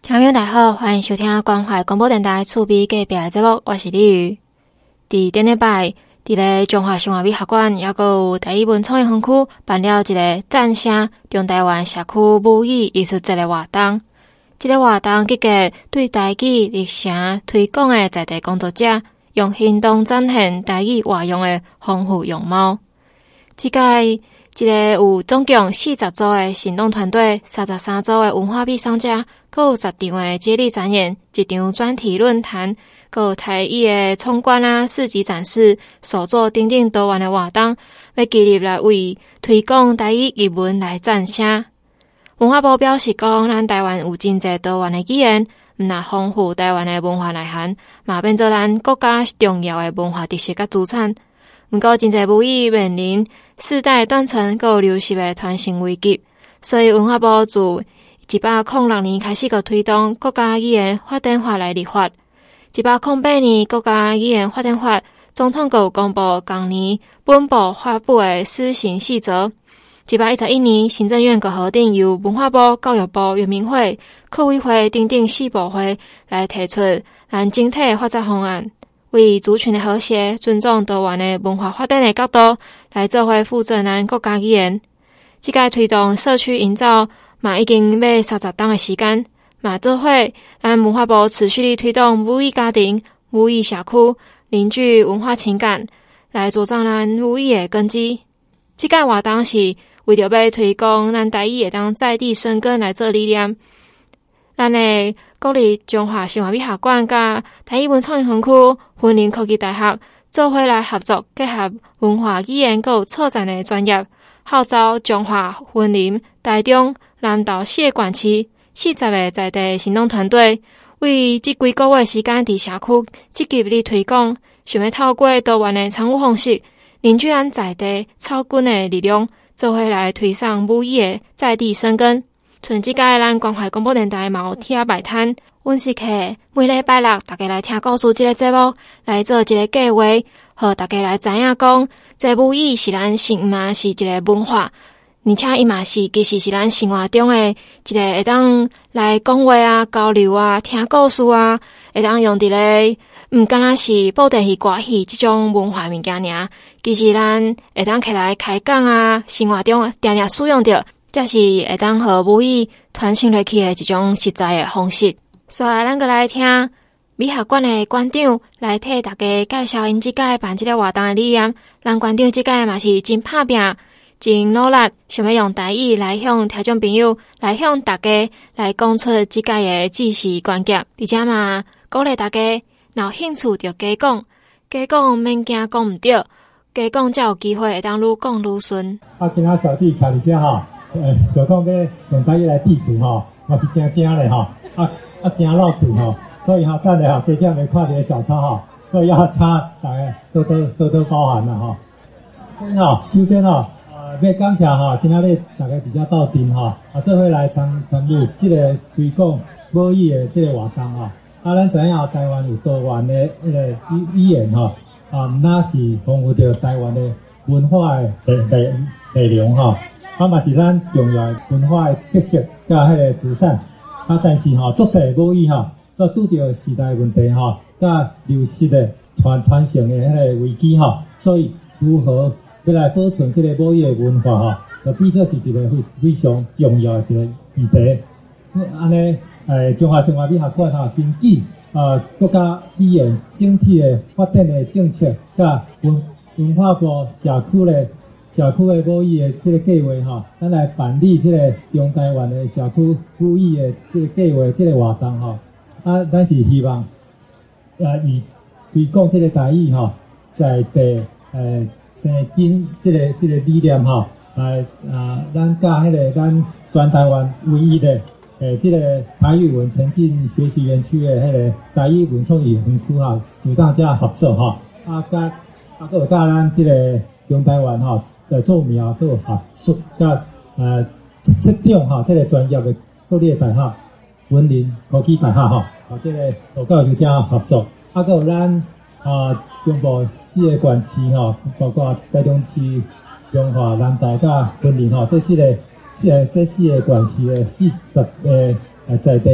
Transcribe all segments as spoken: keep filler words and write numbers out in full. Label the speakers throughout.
Speaker 1: 听众大家好，欢迎收听关怀广播电台厝边隔壁的节目，我是李瑜。伫顶礼拜，伫咧中华生活美学馆，也阁有台语文创意园区办了一个赞声中台湾社区母语艺术节的活动。这个活动结合对台语历程推广的在地工作者，用行动展现台语活用的丰富样貌。这届一个有总共四十组的行动团队，三十三组的文化美商家，阁有十场的接力展演，一场专题论坛，阁有台语的冲关啊、市集展示、手作等等多元的活动，要极力来为推广台语语文来赞声。文化部表示讲，咱台湾有真侪多元的语言，毋但丰富台湾的文化内涵，嘛变做咱国家重要的文化特色甲资产。毋过真侪母语面临世代断层阁有流失的传承危机，所以文化部自一百零六年开始个推动国家语言发展法来立法。一百零八年国家语言发展法，总统阁有公布同年本部发布的施行细则。一百一十一年行政院阁核定由文化部、教育部、原民会、客委会等等四部会来提出咱整体发展方案。为族群的和谐、尊重多元的文化发展的角度，来做伙负责咱国家语言。这个推动社区营造，嘛已经要三十档的时间，嘛做伙咱文化部持续地推动母语家庭、母语社区，凝聚文化情感，来茁壮咱母语的根基。这个活动是为着要推广咱台语会当在地生根来做理念。咱的国立中华生活美学馆甲台语文创意园区、云林科技大学做伙来合作，结合文化语言佮有策展的专业，号召中华、云林、台中、南投四个县市四十个在地行动团队，为这几个月时间伫社区积极地推广，想要透过多元的参与方式，凝聚咱在地草根的力量，做伙来推上母语的在地生根。像即届咱关怀广播电台嘛有贴摆摊，阮是客每礼拜六大家来听故事即个节目，来做一个计划，互大家来知影讲，这母语是咱生嘛是一个文化，而且伊嘛是其实是咱生活中的一个会当来讲话啊、交流啊、听故事啊，会当用伫咧毋敢若是报电视、歌戏即种文化物件尔，其实咱会当起来开讲啊，生活中定定使用着。这是会当和母语传承落去的一种实在的方式。所以咱过来听美学馆的馆长来替大家介绍因即届办即个活动的理念。咱馆长即届嘛是真拍拼、真努力，想要用台语来向听众朋友、来向大家来讲出即届的知识关键，而且嘛鼓励大家若有兴趣就加讲，加讲免惊讲毋对，加讲才有机会会当愈讲愈顺。
Speaker 2: 啊，今仔小弟徛伫遮吼。呃，想讲要用台语来致辞吼，嘛是惊惊咧吼，啊啊惊落肚吼，所以吼等下吼加减来看一个小抄吼，所以要差大家多多多多包涵啦吼。先吼，首先吼，呃，要感谢吼，今仔日大家直接到阵吼，啊，做伙来参参与即个推广母语的即个活动吼。啊，咱知影台湾有多元的迄个语语言吼，啊，毋那是丰富着台湾的文化的内内内容吼。啊，嘛是咱重要的文化的特色甲迄个资产，啊，但是吼，足侪母语吼，都拄着时代问题吼，甲流失的传传承的迄个危机吼，所以如何要来保存这个母语的文化吼，就变作是一个非非常重要的一个议题。安尼，诶，中华生活美学馆吼，根据啊国家语言整体的发展的政策，甲文文化部社区的。社区的母语的这个计划吼，咱来办理这个中台湾的社区母语的这个计划，这个活动吼，啊，咱是希望啊，以推广这个台语吼，在地呃生根这个这个理念吼，来啊，咱甲迄个咱全台湾唯一的诶，这个台语文沉浸学习园区的迄个台语文创意园区吼，主大家合作吼，啊，甲啊，个有甲咱这个。中台湾吼，来做苗做学术，甲呃测量吼，这个专业的国立大学、云林科技大学吼，啊，这个有教授者合作，啊，个有咱啊中部四个县市吼，包括台中市、中华、南投甲云林吼，这四个这这四个县市的四十个呃在地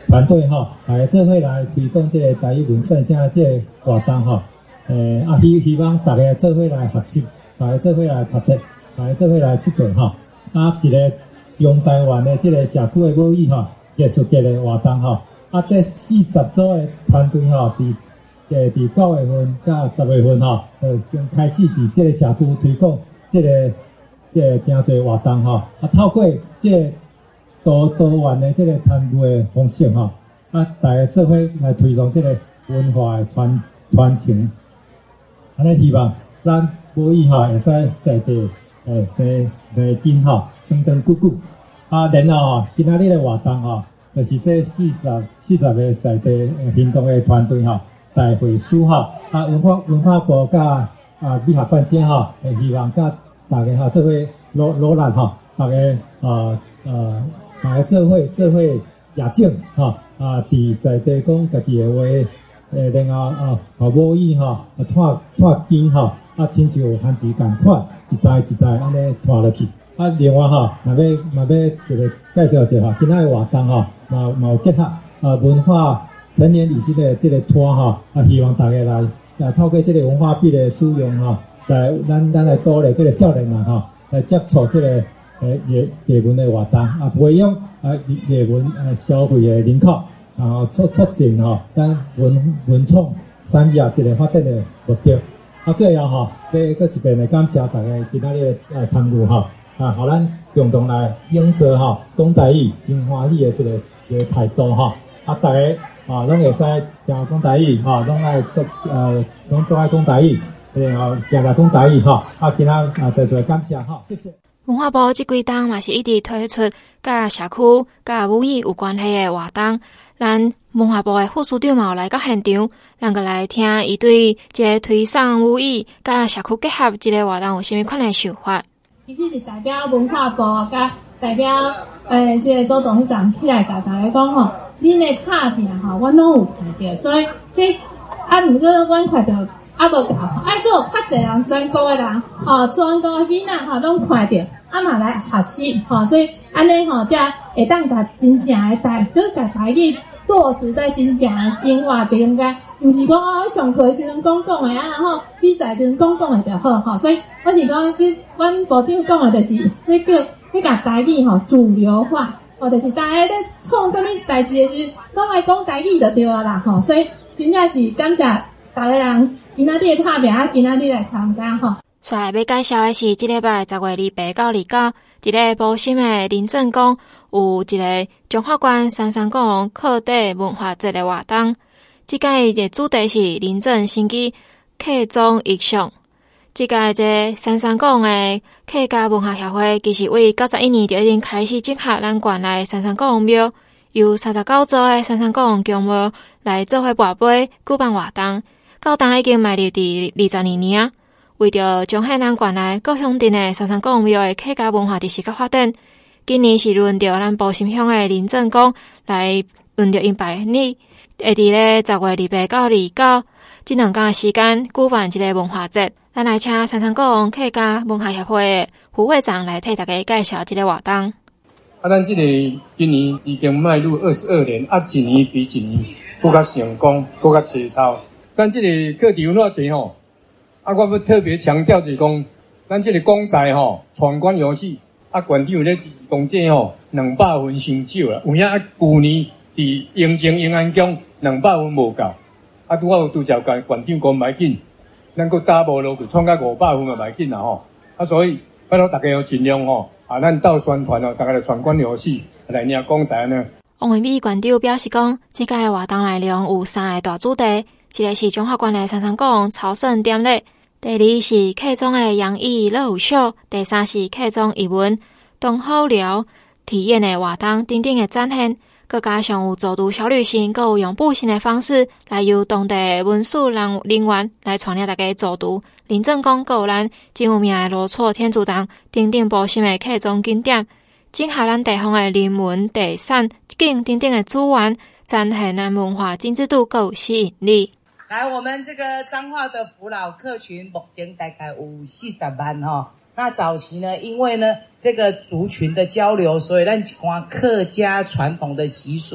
Speaker 2: 团队吼，大家做伙来推广这个台语文正声这个活动吼。诶、呃，啊希希望大家做伙来学习，大家做伙来读册，大家做伙来佚佗吼。啊，一个中台湾的这个社区的母语吼艺术节的活动吼。啊，这四十组的团队吼，伫诶伫九月份甲十月份吼，呃先开始伫这个社区推广这个这个真侪活动吼。啊，透过这个多多元的这个参与的方式吼，啊，大家做伙来推动这个文化的传传承。安尼希望咱母语吼会使在地诶生生根吼，长长久久。啊，然后吼，今仔日的活动吼，就是这四十四十个在地诶行动的团队吼，大会师吼，啊文化文化部甲啊美学馆长吼，会希望甲大家吼做伙努努力吼，大家啊啊大家做伙做伙亚种吼，啊伫在地讲家己的话。诶，然后啊，啊母语吼，啊拖拖根吼，啊亲像番薯共款，一代一代安尼拖落去。啊，另外吼，嘛要嘛要特别介绍一下吼，今仔个活动吼，嘛嘛有结合啊文化成年礼这个这个拖吼，啊希望大家来啊透过这个文化币的使用吼，来咱咱来鼓励这个少年人吼，来接触这个诶艺艺文的活动，啊培养啊艺文啊消费的人口。然后促促进吼，咱文文创产业一个发展的目标。啊，最后吼，再搁一遍来感谢大家今仔日来参与吼，啊，互咱共同来营造吼讲台语真欢喜的这个这个态度吼。啊，大家啊，拢会使听讲台语吼，拢爱做呃，拢做爱讲台语，然后行来讲台语吼。啊，今仔啊在座感谢吼，谢谢。
Speaker 1: 文化部这几档嘛是一直推出甲社区、甲母语有关系的活动。咱文化部的副署长嘛有来到现场，咱个来听伊对这个推广母语甲社区结合这个活动有啥物款的想法？
Speaker 3: 其实是代表文化部甲代表诶，这个周董事长起来甲大家讲吼，恁的拍片吼，阮拢有看到，所以这啊，毋过阮看到啊无够，啊佫有较侪人全国的人吼，全国的囡仔吼拢看到。啊嘛来学习，吼、哦，所以安尼吼，才会当甲真正诶台，就是甲台语落实在真正诶生活中间，毋是讲哦，上课时阵讲讲诶啊，然后比赛时阵讲讲诶就好，吼、哦，所以我是讲，即阮部长讲诶，就是要叫要甲台语吼主流化，或者是大家咧创啥物代志诶时，拢爱讲台语就对啊啦，吼、哦，所以真正是感谢大家人今仔日拍拼啊，今仔日来参加吼。
Speaker 1: 接下来要介绍的是，这礼拜十月二八到二九，伫咧埔心的林正宫有一个中华馆三三宫客地文化节的活动。这届的主题是林正新基客庄艺术。这届这三三宫的客家文化协会，其实为九十一年就已经开始整合咱馆内三三宫庙，由三十九组的三三宫宫庙来做伙跋杯举办活动，到当已经迈入第二十二年啊。为着彰显咱馆内各乡镇的三三宫庙的客家文化知识甲发展，今年是轮到咱埔心乡的林正宫来轮到因办理，会伫咧十月二八到二九这两天的时间举办一个文化节。咱来请三三宫客家文化协会的胡会长来替大家介绍这个活动。
Speaker 4: 啊，咱这个今年已经迈入二十二年，啊，一年比一年更加成功，更加粗糙。咱这个课题有偌济吼。啊，我要特别强调就是讲，咱这个公仔吼，闯关游戏啊，馆长有咧支持讲这吼，两百分伤少啦。有影啊，去年伫永靖永安宫两百分无够，啊，拄好拄则甲馆长讲袂紧，咱佫打无落去，创到五百分嘛袂紧啦吼。啊，所以拜托大家要尽量吼，啊，咱斗宣传哦，大家来闯关游戏来领公仔呢。
Speaker 1: 王维美馆长表示讲，这届活动内容有三个大主题，一个是中华馆的三三宫朝圣典礼。第二是客庄的洋艺乐舞秀，第三是客庄艺文、东好聊体验的活动等等的展现，佮加上有走读小旅行，佮有用步行的方式来由当地的文书人人员来带领大家走读林正宫，佮有咱真有名的罗厝天主堂等等埔心的客庄景点，整合咱地方的人文、地产、景等等的资源，展现咱文化精致度佮有吸引力。
Speaker 5: 来，我们这个彰化的福老客群目前大概有四十万哈、哦。那早期呢，因为呢这个族群的交流，所以咱一寡客家传统的习俗，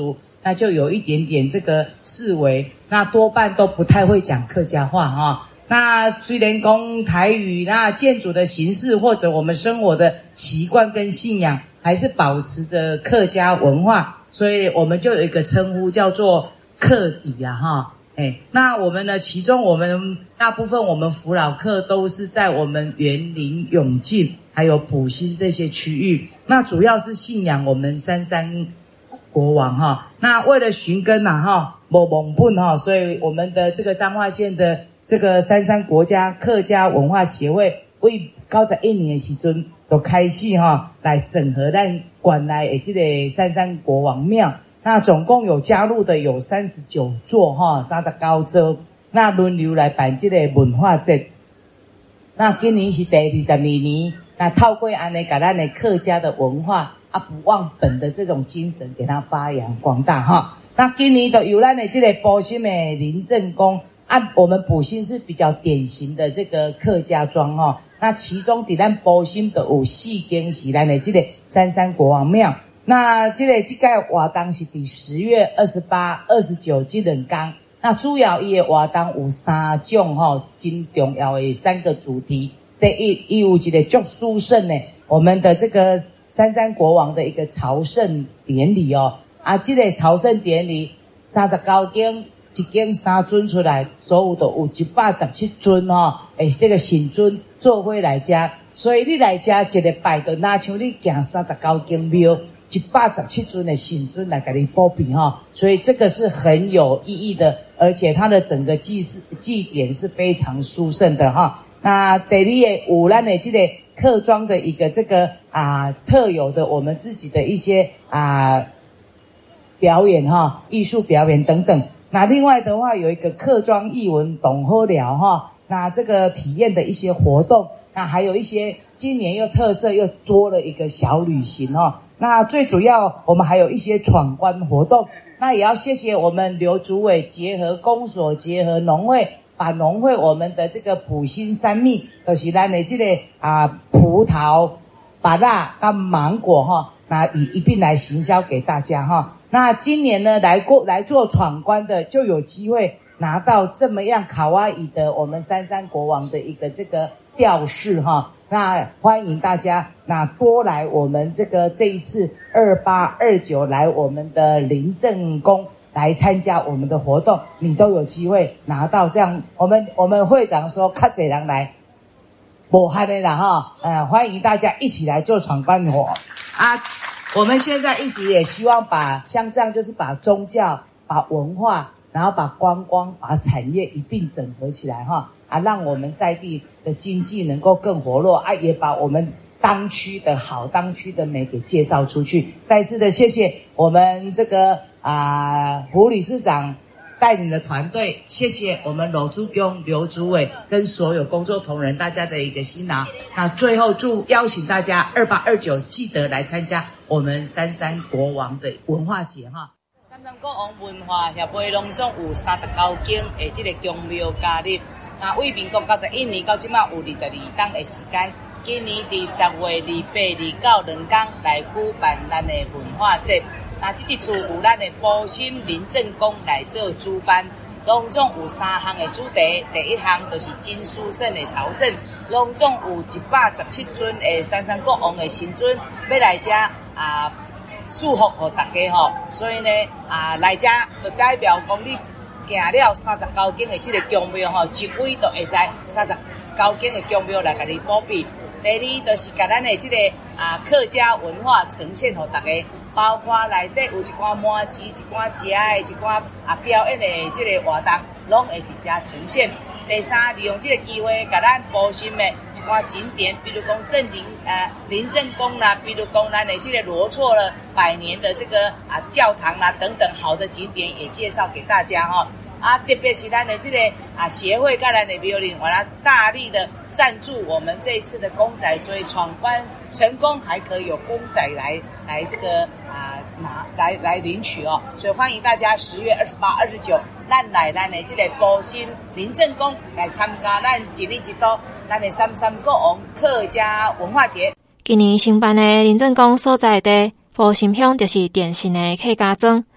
Speaker 5: 那就有一点点这个式微，那多半都不太会讲客家话哈。那虽然讲台语，那建筑的形式或者我们生活的习惯跟信仰，还是保持着客家文化，所以我们就有一个称呼叫做客邸啊哈。哎，那我们呢，其中我们大部分我们福老客都是在我们园林、永靖还有埔心这些区域，那主要是信仰我们三山国王哈。那为了寻根呐哈，无忘本哈，所以我们的这个彰化县的这个三山国家客家文化协会为九十一年的时阵就开始哈来整合咱馆内的这个三山国王庙。那总共有加入的有三十九座哈，三十九座，那轮流来办这个文化节。那今年是第二十二年，那透过安尼，把咱的客家的文化啊不忘本的这种精神，给它发扬光大哈。那今年就有咱的这个埔心的林正宫啊，我们埔心是比较典型的这个客家庄哈。那其中在咱埔心就有四间是咱的这个三山国王庙。那这个这个活动是伫十月二十八、二十九这两天。那主要伊的活动有三种吼，真重要的三个主题。第一，伊有一个足殊胜的，我们的这个三山国王的一个朝圣典礼哦。啊，这个朝圣典礼三十九间，一间三尊出来，所有都有一百十七尊哦，诶，这个神尊做伙来遮。所以你来遮一个拜，就若像你行三十九间庙。一百十七尊的神尊来给你保庇哈，所以这个是很有意义的，而且它的整个祭祀祭典是非常殊胜的哈。那第二个有咱的这个客庄的一个这个啊特有的我们自己的一些啊表演哈，艺术表演等等。那另外的话有一个客庄艺文懂好聊哈，那这个体验的一些活动，那还有一些今年又特色又多了一个小旅行哈。那最主要我们还有一些闯关活动，那也要谢谢我们刘主委结合公所结合农会，把农会我们的这个埔心三蜜就是咱的这个啊葡萄、芭乐跟芒果哈，那一一并来行销给大家哈。那今年呢来过来做闯关的就有机会拿到这么样卡哇伊的我们三山国王的一个这个吊饰哈。那欢迎大家那多来我们这个这一次二八二九来我们的林正宫来参加我们的活动，你都有机会拿到这样。我们我们会长说较侪人来无害的啦哈，呃欢迎大家一起来做闯关活啊。我们现在一直也希望把像这样就是把宗教、把文化，然后把观光、把产业一并整合起来哈。啊，让我们在地的经济能够更活络啊，也把我们当区的好、当区的美给介绍出去。再次的谢谢我们这个啊胡理事长带领的团队，谢谢我们罗主公、刘主委跟所有工作同仁大家的一个辛劳。那最后祝邀请大家二八二九记得来参加我们三山国王的文化节哈。三山国王文化协会拢总有三十九间的这个宫庙加入，那为民国九十一年到即马有二十二天的时间，今年伫十月二八、二九两天来举办咱的文化节。那这一次有咱的埔心林正宫来做主办，拢总有三项的主题，第一项就是真殊胜的朝圣，拢总有一百十七尊的三山国王的神尊要来遮啊。祝福给大家吼，所以呢啊来遮就代表讲你行了三十九间的这个宫庙吼，一位就会使三十九间的宫庙来给你保庇。第二就是把咱的这个啊客家文化呈现给大家，包括内底有一寡麻糍、一寡食的、一寡啊表演的这个活动，拢会伫遮呈现。第三，利用这个机会，把咱埔心的一寡景点，比如讲镇林呃林正宫啦，比如讲咱的这个罗厝了百年的这个啊教堂啦等等好的景点也介绍给大家哈、哦。啊，特别是咱的这个啊协会跟咱的庙里，我来大力的赞助我们这一次的公仔，所以闯关成功还可以有公仔来来这个啊拿来来领取哦。所以欢迎大家十月二十八、二十九。咱来咱的这个埔心林正宫来参加咱一日一度咱的三山国王客家文化节。
Speaker 1: 今年申办的林正宫所在地埔心乡就是典型的客家庄。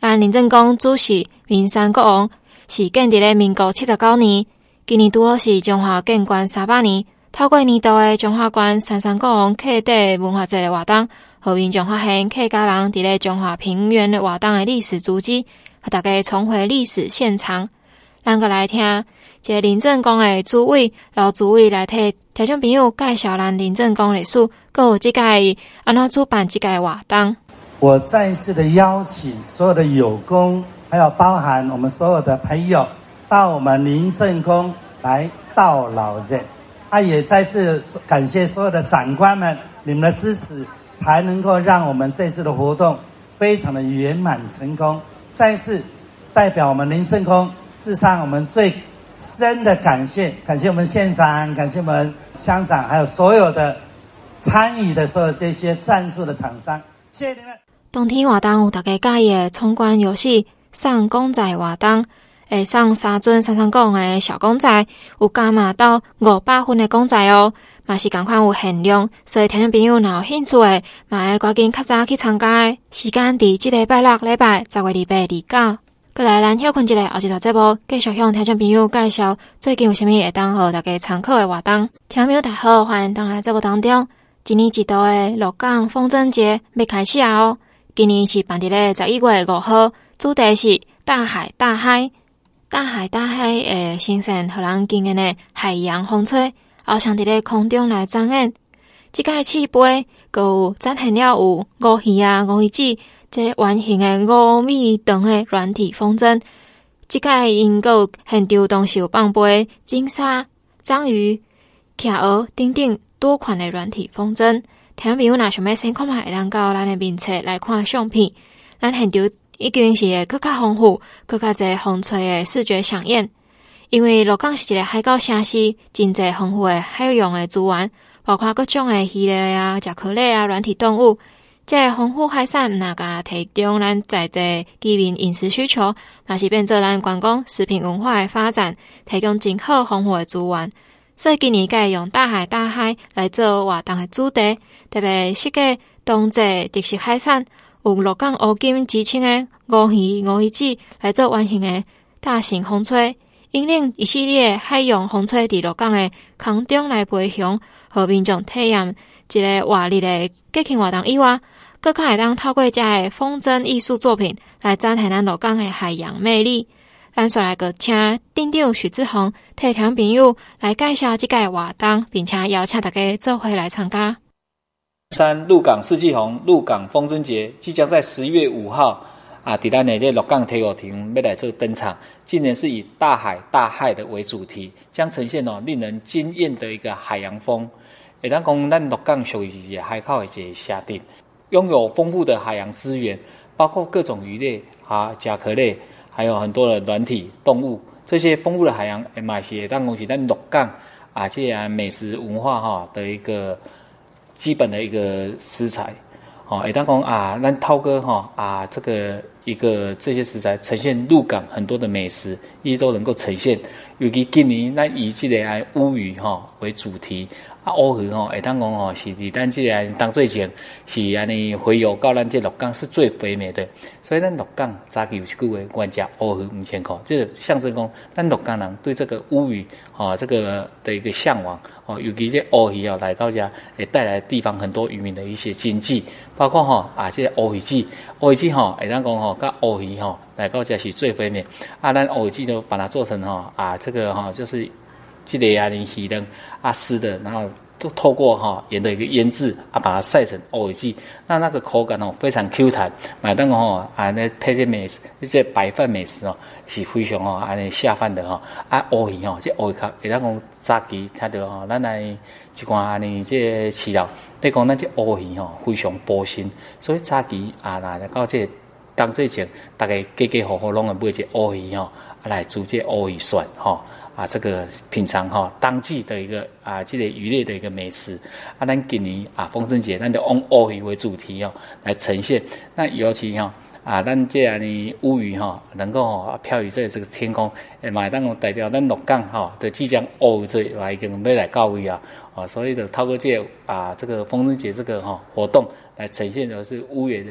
Speaker 1: 咱林正公主席明山国王是建伫咧民国七十九年，今年拄好是中华建县三百年。透过年度的中华县三山国王客地文化节的活动，和民众发现客家人伫咧中华平原的活动的历史足迹，和大家重回历史现场。咱个来听一个林正公的主委老主委来替听众朋友介绍咱林正公历史，还有即届安怎主办即届活动。
Speaker 6: 我再一次的邀请所有的友公，还有包含我们所有的朋友，到我们林正公来到老人。啊，也再次感谢所有的长官们，你们的支持，才能够让我们这次的活动非常的圆满成功。再次代表我们林正公致上我们最深的感谢，感谢我们县长，感谢我们乡长，还有所有的参与的所有这些赞助的厂商，谢谢你们。
Speaker 1: 当天活动有大家介意的闯关游戏、送公仔活动。会送三尊三山公的小公仔，有加码到五百份的公仔哦，嘛是同款有限量，所以听众朋友若有兴趣的，嘛要赶紧较早去参加的。时间伫即礼拜六礼拜十月二八二九。过来咱休困一下，后一段节目继续向听众朋友介绍最近有啥物会当互大家参考的活动。听众朋友大家好，欢迎登来节目当中。今年一度的鹿港风筝节要开始啊哦，今年是办伫咧十一月五号，主题是大海大海。大海大海诶，形成互人惊艳的海洋风吹，翱翔伫咧空中来展演。即届试杯，佮有展现了有五鱼啊、五鱼子，这圆形的五米长的软体风筝。即届因佮有现场同时有放杯、金沙、章鱼、企鹅等等多款的软体风筝。听众朋友若想要先看卖，会当到咱的面册来看相片，咱现场。已经是会更较丰富、更较侪风吹的视觉飨宴。因为鹿港是一个海岛城市，真侪丰富的海洋的资源，包括各种的鱼类啊、甲壳类啊、软体动物。这丰富海产，若甲提供咱在地居民饮食需求，嘛是变做咱观光、食品文化的发展，提供真好丰富的资源。所以今年该用大海大海来做活动的主题，特别设计当地特色海产。有鹿港乌金之称的五鱼、五鱼子来做圆形的大型风吹，引领一系列海洋风吹伫鹿港的空中来飞翔，和民众体验一个活力的节庆活动以外，更较会当透过这个风筝艺术作品来展现咱鹿港的海洋魅力。咱先来个请店长许志宏替听众朋友来介绍这个活动，并且邀请大家做伙来参加。
Speaker 7: 三鹿港四季红鹿港风筝节即将在十一月五号啊，伫咱的这鹿港体育场要来做登场。今年是以大海大海的为主题，将呈现哦令人惊艳的一个海洋风。会当讲咱鹿港属于是一个海口的一个辖镇，拥有丰富的海洋资源，包括各种鱼类啊、甲壳类，还有很多的软体动物。这些丰富的海洋，嘛是会当讲是咱鹿港啊，这样美食文化哈的一个。基本的一个食材，哦，会当讲啊，咱透过哈啊这个一个这些食材呈现鹿港很多的美食，伊都能够呈现。尤其今年咱以这个啊乌鱼哈为主题，啊乌鱼吼会当讲吼是伫咱这个当最前是安尼回游到咱这鹿港是最肥美的，所以咱鹿港早期有一句话，原食乌鱼五千块，这个象征讲咱鹿港人对这个乌鱼哦这个的一个向往。哦，尤其这乌鱼哦来到这，会带来地方很多渔民的一些经济，包括吼、哦、啊，这乌鱼子，乌鱼子吼，会当讲吼，甲乌鱼吼来到这是最肥美。啊，咱乌鱼子就把它做成吼啊，这个哈、哦、就是这个啊，你鱼灯啊湿的，然后都透过哈、哦、盐的一个腌制啊，把它晒成乌鱼子，那那个口感哦非常 Q 弹，买当个吼啊那配这美食，这白饭美食哦是非常哦安尼下饭的吼、哦、啊乌鱼吼，这乌鱼壳会当讲。早期听到吼，咱来一寡安尼这饲料，你讲咱这乌鱼吼非常补身，所以早期啊，若到这当最前，大家家家户户拢会买这乌鱼吼，来煮这乌鱼蒜吼啊，这个品尝吼当季的一个啊，这个渔猎的一个美食啊，咱今年啊风筝节，咱就用乌鱼为主题哦来呈现，那尤其吼。啊，咱这样的乌鱼哈，能够哈飘于在这个天空，诶，嘛当代表咱鹿港哈的即将乌鱼这来跟要来到位啊，啊，所以就透过这啊这个风筝节这个哈活动来呈现的是乌鱼的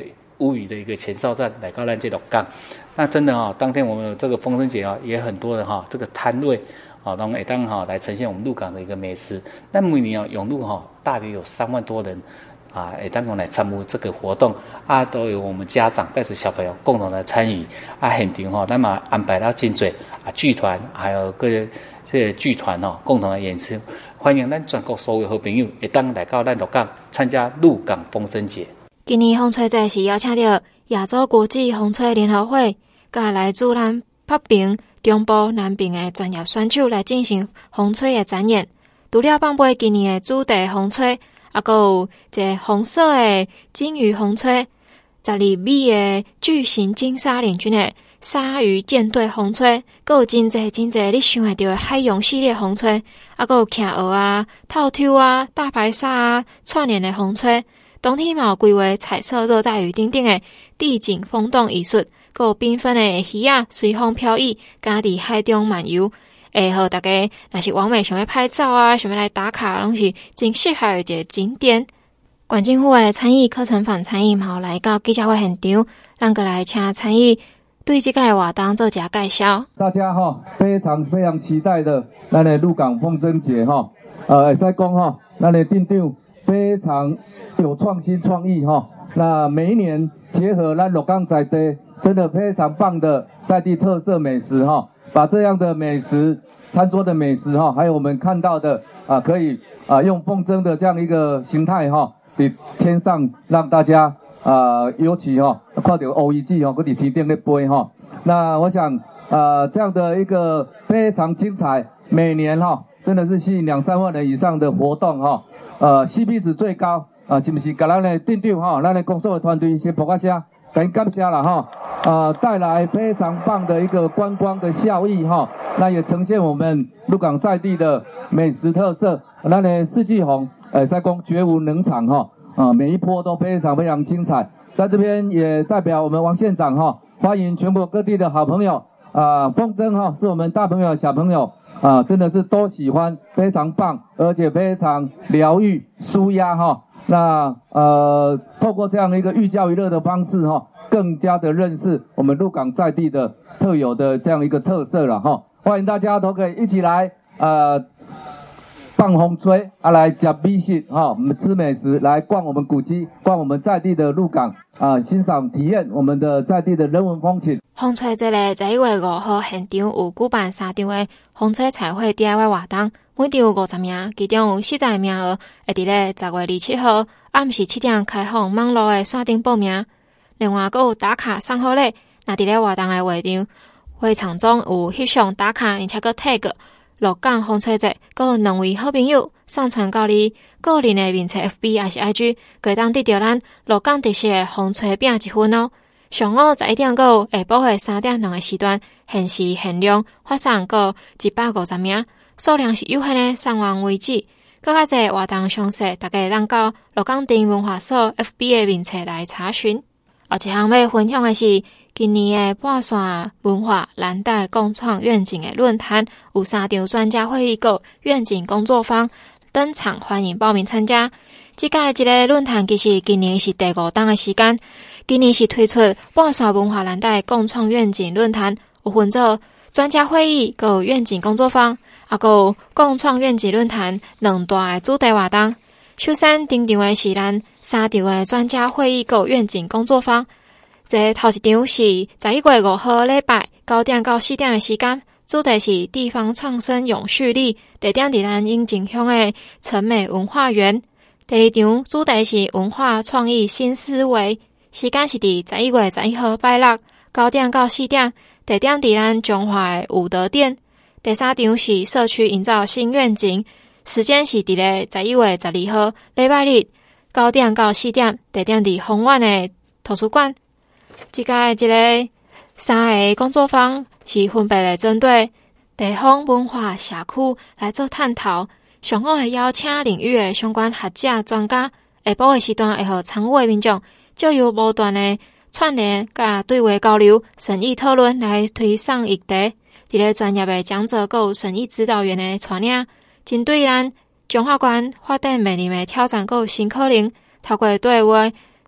Speaker 7: 乌鱼的一个前哨站来到咱这鹿港。那真的哦，当天我们这个丰收节哦，也很多人哈、哦，这个摊位哦，然后也当哈来呈现我们鹿港的一个美食。那每年哦，涌入哈、哦，大约有三万多人。啊，也当中来参与这个活动啊，都有我们家长带着小朋友共同来参与啊，现场吼，那么安排到真多啊剧团，还有各这个剧团哦，共同来演出，欢迎咱全国所有好朋友会当来到咱鹿港参加鹿港风筝节。
Speaker 1: 今年风吹节是邀请到亚洲国际风吹联合会，甲来自咱北平、中部、南平的专业选手来进行风吹的展演。除了放飞今年的主题风吹。啊，还有一个红色的金鱼风吹，十二米的巨型金鲨领军的鲨鱼舰队风吹，还有真侪真侪你想得到的海洋系列风吹，啊，还有骑鹅啊、套抽啊、大白鲨啊串联的风吹，冬天嘛有规划彩色热带雨等等的地景风洞艺术，还有缤纷的鱼仔随风飘逸，加伫海中漫游。会互大家若是网美想要拍照啊，想要来打卡，拢是真适合的一个景点。县政府的参与课程反参与嘛，来到记者会现场，咱过来请参与对这个活动做一下介绍。
Speaker 8: 大家哈、哦、非常非常期待的咱的鹿港风筝节哈、哦，呃，会使讲哈，咱的店长非常有创新创意哈、哦。那每一年结合咱鹿港在地真的非常棒的在地特色美食哈、哦。把这样的美食，餐桌的美食哈，还有我们看到的啊，可以啊用风筝的这样一个形态哈，伫天上让大家啊，尤其哈看到乌鱼子哈，搁伫天顶咧飞哈。那我想啊，这样的一个非常精彩，每年哈真的是吸引两三万人以上的活动哈，呃 ，C P 值最高啊，是不是？甲咱的店长哈，咱的工作的团队先报个声。感感谢了哈，呃，带来非常棒的一个观光的效益哈，那也呈现我们鹿港在地的美食特色。那呢，四季红，呃，在讲绝无冷场哈，啊、呃，每一波都非常非常精彩。在这边也代表我们王县长哈，欢迎全国各地的好朋友啊、呃，风筝哈是我们大朋友小朋友啊、呃，真的是都喜欢，非常棒，而且非常疗愈、舒压哈。那呃，透过这样的一个寓教于乐的方式哈，更加的认识我们鹿港在地的特有的这样一个特色了哈。欢迎大家都可以一起来呃放风吹啊，来吃美食哈，我们吃美食，来逛我们古迹，逛我们在地的鹿港啊、呃，欣赏体验我们的在地的人文风情。
Speaker 1: 风吹节咧，十一月五号现场有举办三场的风吹彩绘 D I Y 活动。每场有五十名，其中有四十个名额会伫咧十月二十七号暗时七点开放网络的线顶报名。另外，还有打卡送好礼，那伫咧活动的会场会场中有翕相打卡，而且佫 tag 鹿港风吹节，佫有两位好朋友上传到你个人的面册 F B 还是 I G， 可当得到咱鹿港特色的风吹饼一份哦。上午十一点到下晡的三点两个时段，限时限量发送到一百五十名。数量是有限的，送完为止。更加侪活动详细，大家当到鹿港镇文化所 F B 的面册来查询。后一项要分享的是，今年的半线文化蓝带共创愿景的论坛，有三场专家会议和愿景工作坊登场，欢迎报名参加。这届一个论坛其实今年是第五档的时间，今年是推出半线文化蓝带共创愿景论坛，有分做专家会议和愿景工作坊。啊，还有共创愿景论坛两大的主题活动。首先登场的是咱三场的专家会议和愿景工作坊。这头一场是十一月五号礼拜九点到四点的时间，主题是地方创生永续力，地点伫咱永靖乡的陈美文化园。第二场主题是文化创意新思维，时间是伫十一月十一号拜六九点到四点，地点伫咱中华的武德店。第三场是社区营造新愿景，时间是伫咧十一月十二号礼拜日九点到四点，地点伫丰苑的图书馆。这届这个三个工作坊是分别来针对地方文化社区来做探讨，上午会邀请领域的相关学者专家，下晡的时段会和参与的民众借由无断的串联甲对话交流、审议讨论来推送议题。伫咧专业的讲者，还有审议指导员的带领，针对咱中华县发展面临的挑战，还有新可能，透过对话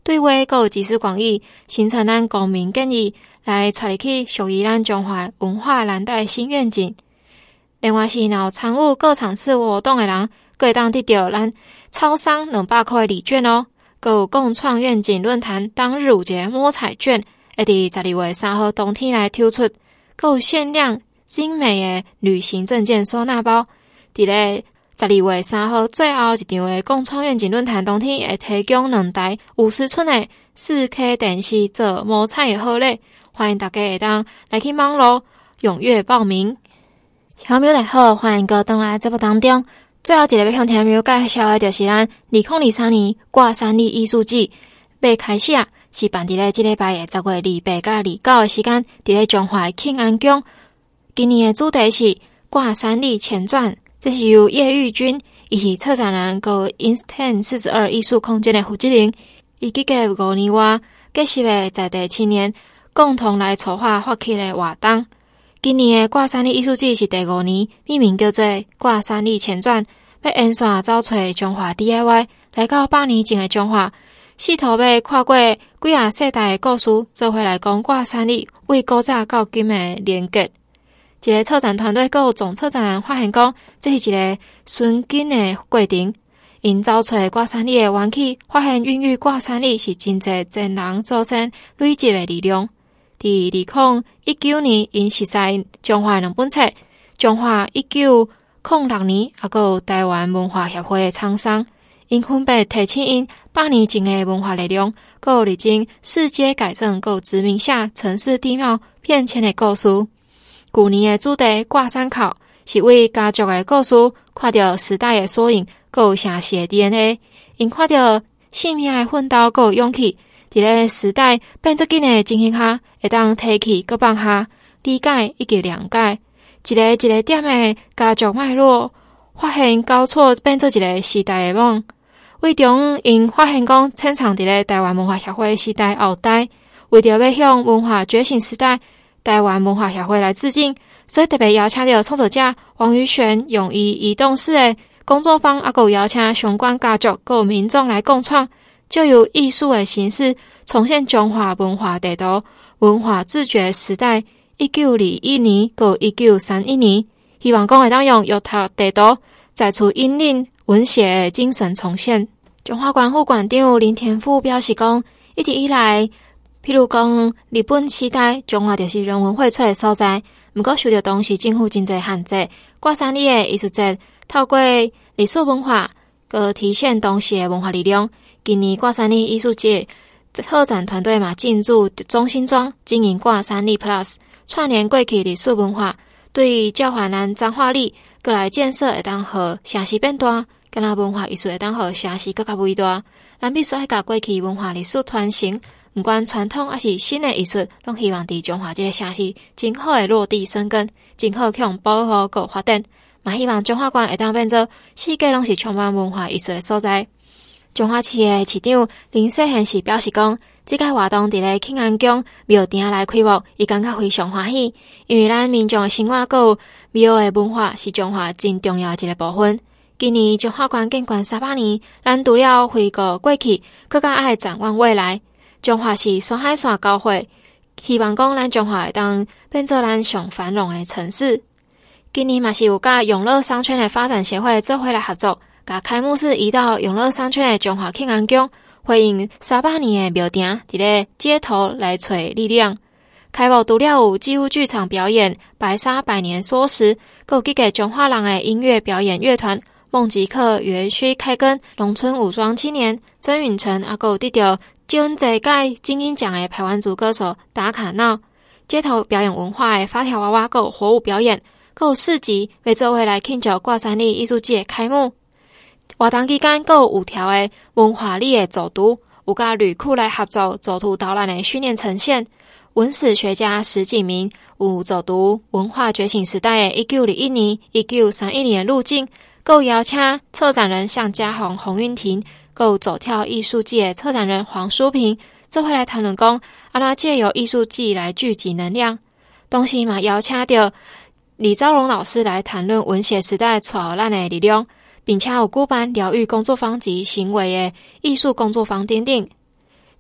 Speaker 1: 对话有集思广益，形成咱公民建议，来带入去属于咱中华文化蓝带新愿景。另外是若有参与各场次活动的人，可会当得到咱超商两百块的礼券哦。还有共创愿景论坛当日有一个摸彩券，会伫十二月三号当天来抽出，还有限量精美的旅行证件收纳包。伫咧十二月三号最后一场的共创愿景论坛当天，会提供两台五十寸的四 K 电视做摸彩的好礼，欢迎大家会当来去网络踊跃报名。听众大家好，欢迎各位回来节目当中。最后一个要向听众介绍的就是咱二零二三年挂山历艺术季要开始啊，是办伫咧即礼拜的十月二八到二九的时间，伫咧中华庆安宫。今年的主题是挂山历前传，这是由叶玉君以及策展人和 Instant 四十二艺术空间的负责人，以及个五年外结识的在地青年共同来筹划发起的活动。今年的挂山历艺术季是第五年，命名叫做挂山历前传，要沿线找找中华 D I Y， 来到百年前的中华，试图要跨过几啊世代的故事，做回来讲挂山历为古早到今的连结。一个策展团队还有总策展人发现讲，这是一个循经的过程。因找找挂山历的缘起，发现孕育挂山历是真侪前人祖先累积的力量。伫二零一九年，因实施中华两本册，中华一九零六年，还有台湾文化协会的厂商，因分别提醒因百年前的文化力量，还有历经世界改正，还有殖民下城市地貌变迁的故事。去年的主题挂山考，是为家族的故事，看到时代的缩影，还有城市的 D N A， 因看到性命的奋斗，还有勇气。伫咧时代变做紧的情形下，会当提起搁放下，理解以及谅解一个一个点的家族脉络，发现交错变做一个时代的梦。为中因发现讲，潜藏伫咧台湾文化协会时代后代，为着要向文化觉醒时代台湾文化协会来致敬，所以特别邀请到创作者王宇璇，用以移动式的工作坊，还有邀请相关家族还有民众来共创。就由艺术的形式重现中华文化地图、文化自觉时代一九二一年到一九三一年，希望讲会当用玉头地图再次引领文学的精神重现。中华馆副馆长林天富表示讲，一直以来，譬如讲日本时代，中华就是人文荟萃的所在，不过受到当时政府真侪限制，挂山历的艺术节透过历史文化，佮体现当时的文化力量。今年挂山历艺术节策展团队嘛进驻中心庄，经营挂山历 Plus， 串联过去历史文化，对教化咱彰化力，过来建设会当互城市变大，跟咱文化艺术会当互城市更加伟大。咱必须爱甲过去文化历史传承，不管传统还是新的艺术，拢希望伫中华这个城市真好的落地生根，真好去保护佮发展。嘛希望中华馆会当变做世界拢是充满文化艺术的所在。中华市的市长林世贤是表示讲，这个活动伫咧庆安宫庙埕来开幕，伊感觉非常欢喜，因为咱民众的生活佮庙的文化是中华真重要的一个部分。今年中华馆建馆三百年，咱除了回顾过去，更加爱展望未来。中华是山海线交汇，希望讲咱中华会当变做咱上繁荣的城市。今年嘛是有甲永乐商圈的发展协会做伙来合作。把开幕式移到永乐商圈的中华庆安宫，回应三百年的庙埕，伫咧街头来找力量。开幕除了有几乎剧场表演、白沙百年缩时，还有几个中华人的音乐表演乐团，梦吉克园区开根、农村武装青年曾允成，还有得到金济届金鹰奖的排湾族歌手达卡闹。街头表演文化的发条娃娃，还有火舞表演，还有市集，为做伙来庆祝挂山历艺术节开幕。活动期间，还有五条的文化历的走读，有甲旅库来合作走读导览的训练呈现。文史学家石景明有走读文化觉醒时代的一九二一年、一九三一年的路径，还有邀请策展人向家宏、洪韵婷，还有走跳艺术季的策展人黄淑平，做伙来谈论讲，安怎借由艺术季来聚集能量。同时嘛，邀请到李昭荣老师来谈论文学时代带予咱的力量。并且有举办疗愈工作坊及行为的艺术工作坊等等。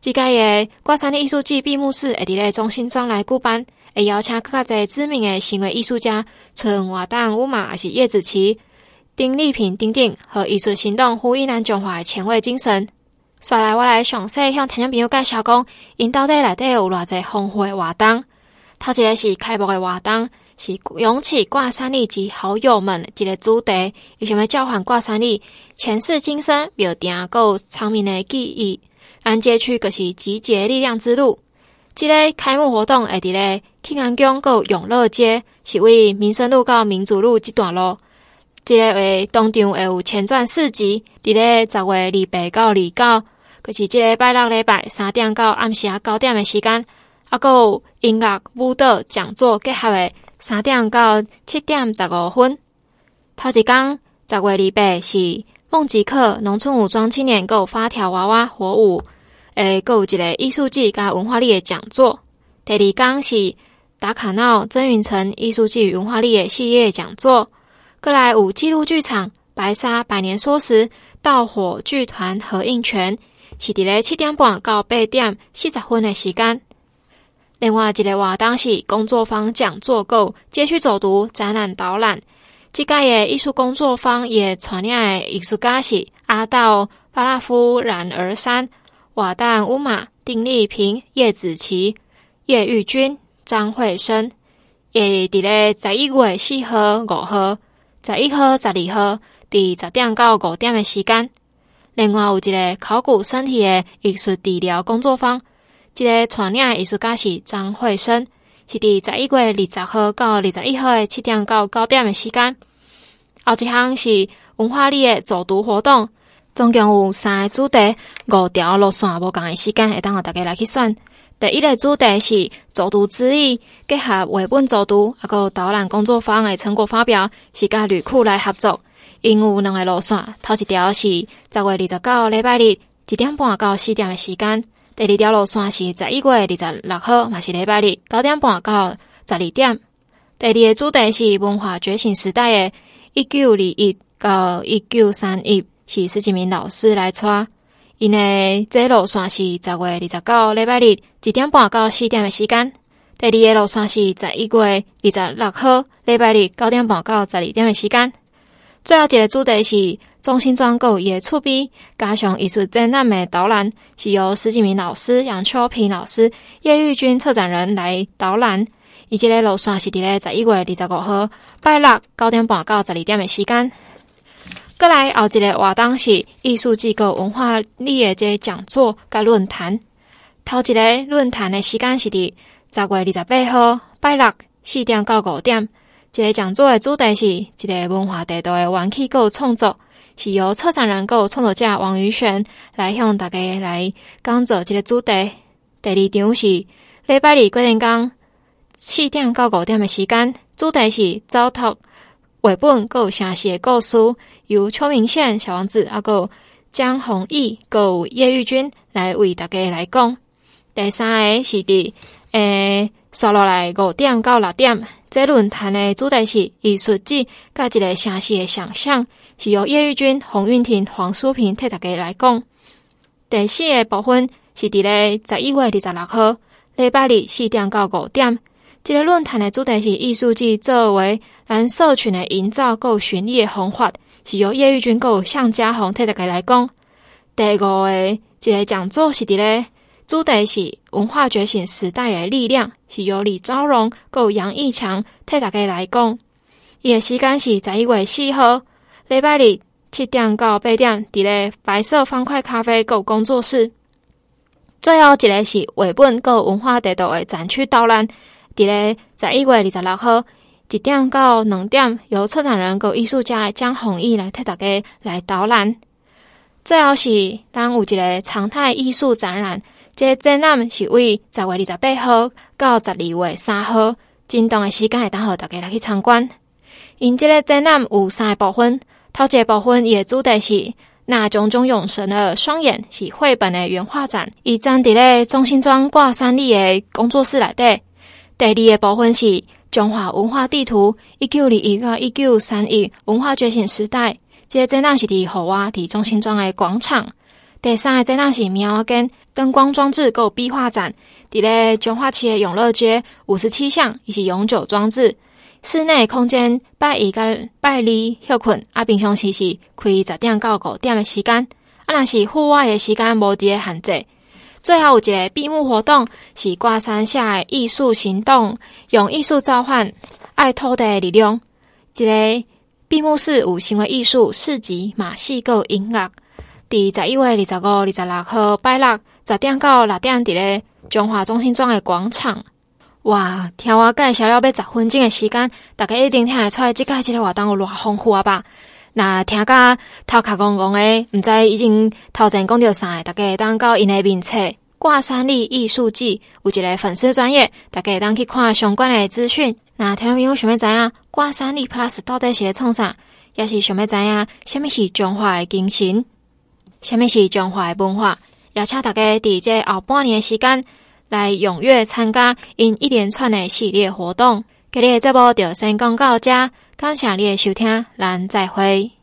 Speaker 1: 即届的挂山里艺术季闭幕式会伫咧中心庄来举办，会邀请更加侪知名的行为艺术家，像活蛋、乌马还是叶子琪、丁丽萍等等，和艺术行动呼应咱中华的前卫精神。刷来我来详细向听众朋友介绍讲，因到底内底有偌济丰富的活动。头一个是开幕的活动，是勇气挂山里及好友们一个主题，伊想要交换挂山里前世今生庙埕有长明的记忆。咱街区就是集结力量之路。这个开幕活动会伫咧庆安宫有永乐街，是为民生路到民主路这段路。这个为当场会有前传四集，伫咧十月二八到二九。就是这个拜六礼拜三点到暗时啊九点的时间，啊，还有音乐、舞蹈、讲座结合的三点到七点十五分。头一天十月二八是梦吉克农村武装青年，还有发条娃娃火舞，诶，还有一个艺术季加文化力的讲座。第二天是达卡闹曾云城艺术季与文化力的系列讲座。再来有纪录剧场白沙百年说时盗火剧团合映权。是伫咧七点半到八点四十分的时间。另外一个活动是工作坊讲座购街区走读展览导览。这届的艺术工作坊也传领的艺术家是阿道、巴拉夫、冉儿山、瓦旦、乌马、丁丽萍、叶子琪、叶玉君、张惠生。也伫咧十一月四号、五号、十一号、十二号，伫十点到五点的时间。另外有一个考古身体的艺术治疗工作坊，这个传领的艺术家是张惠生，是伫十一月二十号到二十一号的七点到九点的时间。后一项是文化力的走读活动，总共有三个主题，五条路线无同的时间，会当互大家来去选。第一个主题是走读之旅，结合绘本走读，还有导览工作坊的成果发表，是甲旅库来合作。因有两个路线，头一条是十月二十九礼拜日一点半到四点的时间，第二条路线是十一月二十六号，嘛是礼拜日九点半到十二点。第二个主题是文化觉醒时代的一九二一到一九三一，是施启明老师来带。因的这路线是十月二十九礼拜日一点半到四点的时间。第二个路线是十一月二十六号礼拜日九点半到十二点的时间。最后一个主题是中心庄有野厝边，加上艺术展览的导览，是由施启明老师、杨秋平老师、叶玉君策展人来导览。伊这个路线是伫咧十一月二十五号拜六九点半到十二点的时间。再来后一个活动是艺术机构文化力的这个讲座甲论坛。头一个论坛的时间是伫十月二十八号拜六四点到五点。这个讲座的主题是一个文化地图的玩起购创作，是由策展人购创作者王宇璇来向大家来讲做这个主题。第二场是礼拜二规定讲四点到五点的时间，主题是糟蹋绘本购城市的故事，由邱明宪、小王子啊，有江弘毅、有叶玉君来为大家来讲。第三个是伫诶刷落来五点到六点。这论坛的主题是艺术季，甲一个城市的想象，是由叶玉君、洪韵婷、黄淑平替大家来讲。第四个部分是伫咧十一月二十六号礼拜日四点到五点。这个论坛的主题是艺术季作为咱社群的营造，够巡礼的方法，是由叶玉君够向家宏替大家来讲。第五个一个讲座是伫咧。主题是文化觉醒时代的力量，是由李昭荣和杨义强替大家来讲。伊的时间是十一月四号礼拜日七点到八点，伫咧白色方块咖啡购工作室。最后一个是绘本购文化地图的展区导览，伫咧十一月二十六号一点到两点，由策展人和艺术家江弘毅来替大家来导览。最后是咱有一个常态艺术展览。这个展览是为十月二十八号到十二月三号，真长的时间会当互大家来去参观。因这个展览有三个部分，头一个部分伊的主题是那炯炯有神的双眼，是绘本的原画展，伊展伫咧中心庄挂山里的工作室内底。第二个部分是中华文化地图一九二一到一九三一文化觉醒时代，这个展览是伫户外伫中心庄的广场。第三个展览是苗仔间灯光装置还有壁画展。伫咧中华市的永乐街五十七巷，伊是永久装置。室内空间拜一甲拜二休困，啊，平常时是开十点到五点的时间，啊，若是户外的时间无伫个限制。最后有一个闭幕活动，是挂山下的艺术行动，用艺术召唤爱土地的力量。一个闭幕式有行为艺术市集、马戏还有音乐。伫十一月二十五、二十六号拜六十点到六点，伫咧中华中心庄的广场。哇，听我介绍了要十分钟的时间，大家一定听得出来这届这个活动有偌丰富啊吧？那听甲头壳戆戆的，毋知已经头前讲到啥，大家会当到因的面册挂山力艺术季有一个粉丝专页，大家会当去看相关的资讯。那听众朋友想要知影挂山力 Plus 到底是咧创啥，也是想要知影什么是中华的精神，什么是中华的文化，邀请大家伫这后半年的时间来踊跃参加因一连串的系列活动。今日的节目就先讲到这，感谢你的收听，咱再会。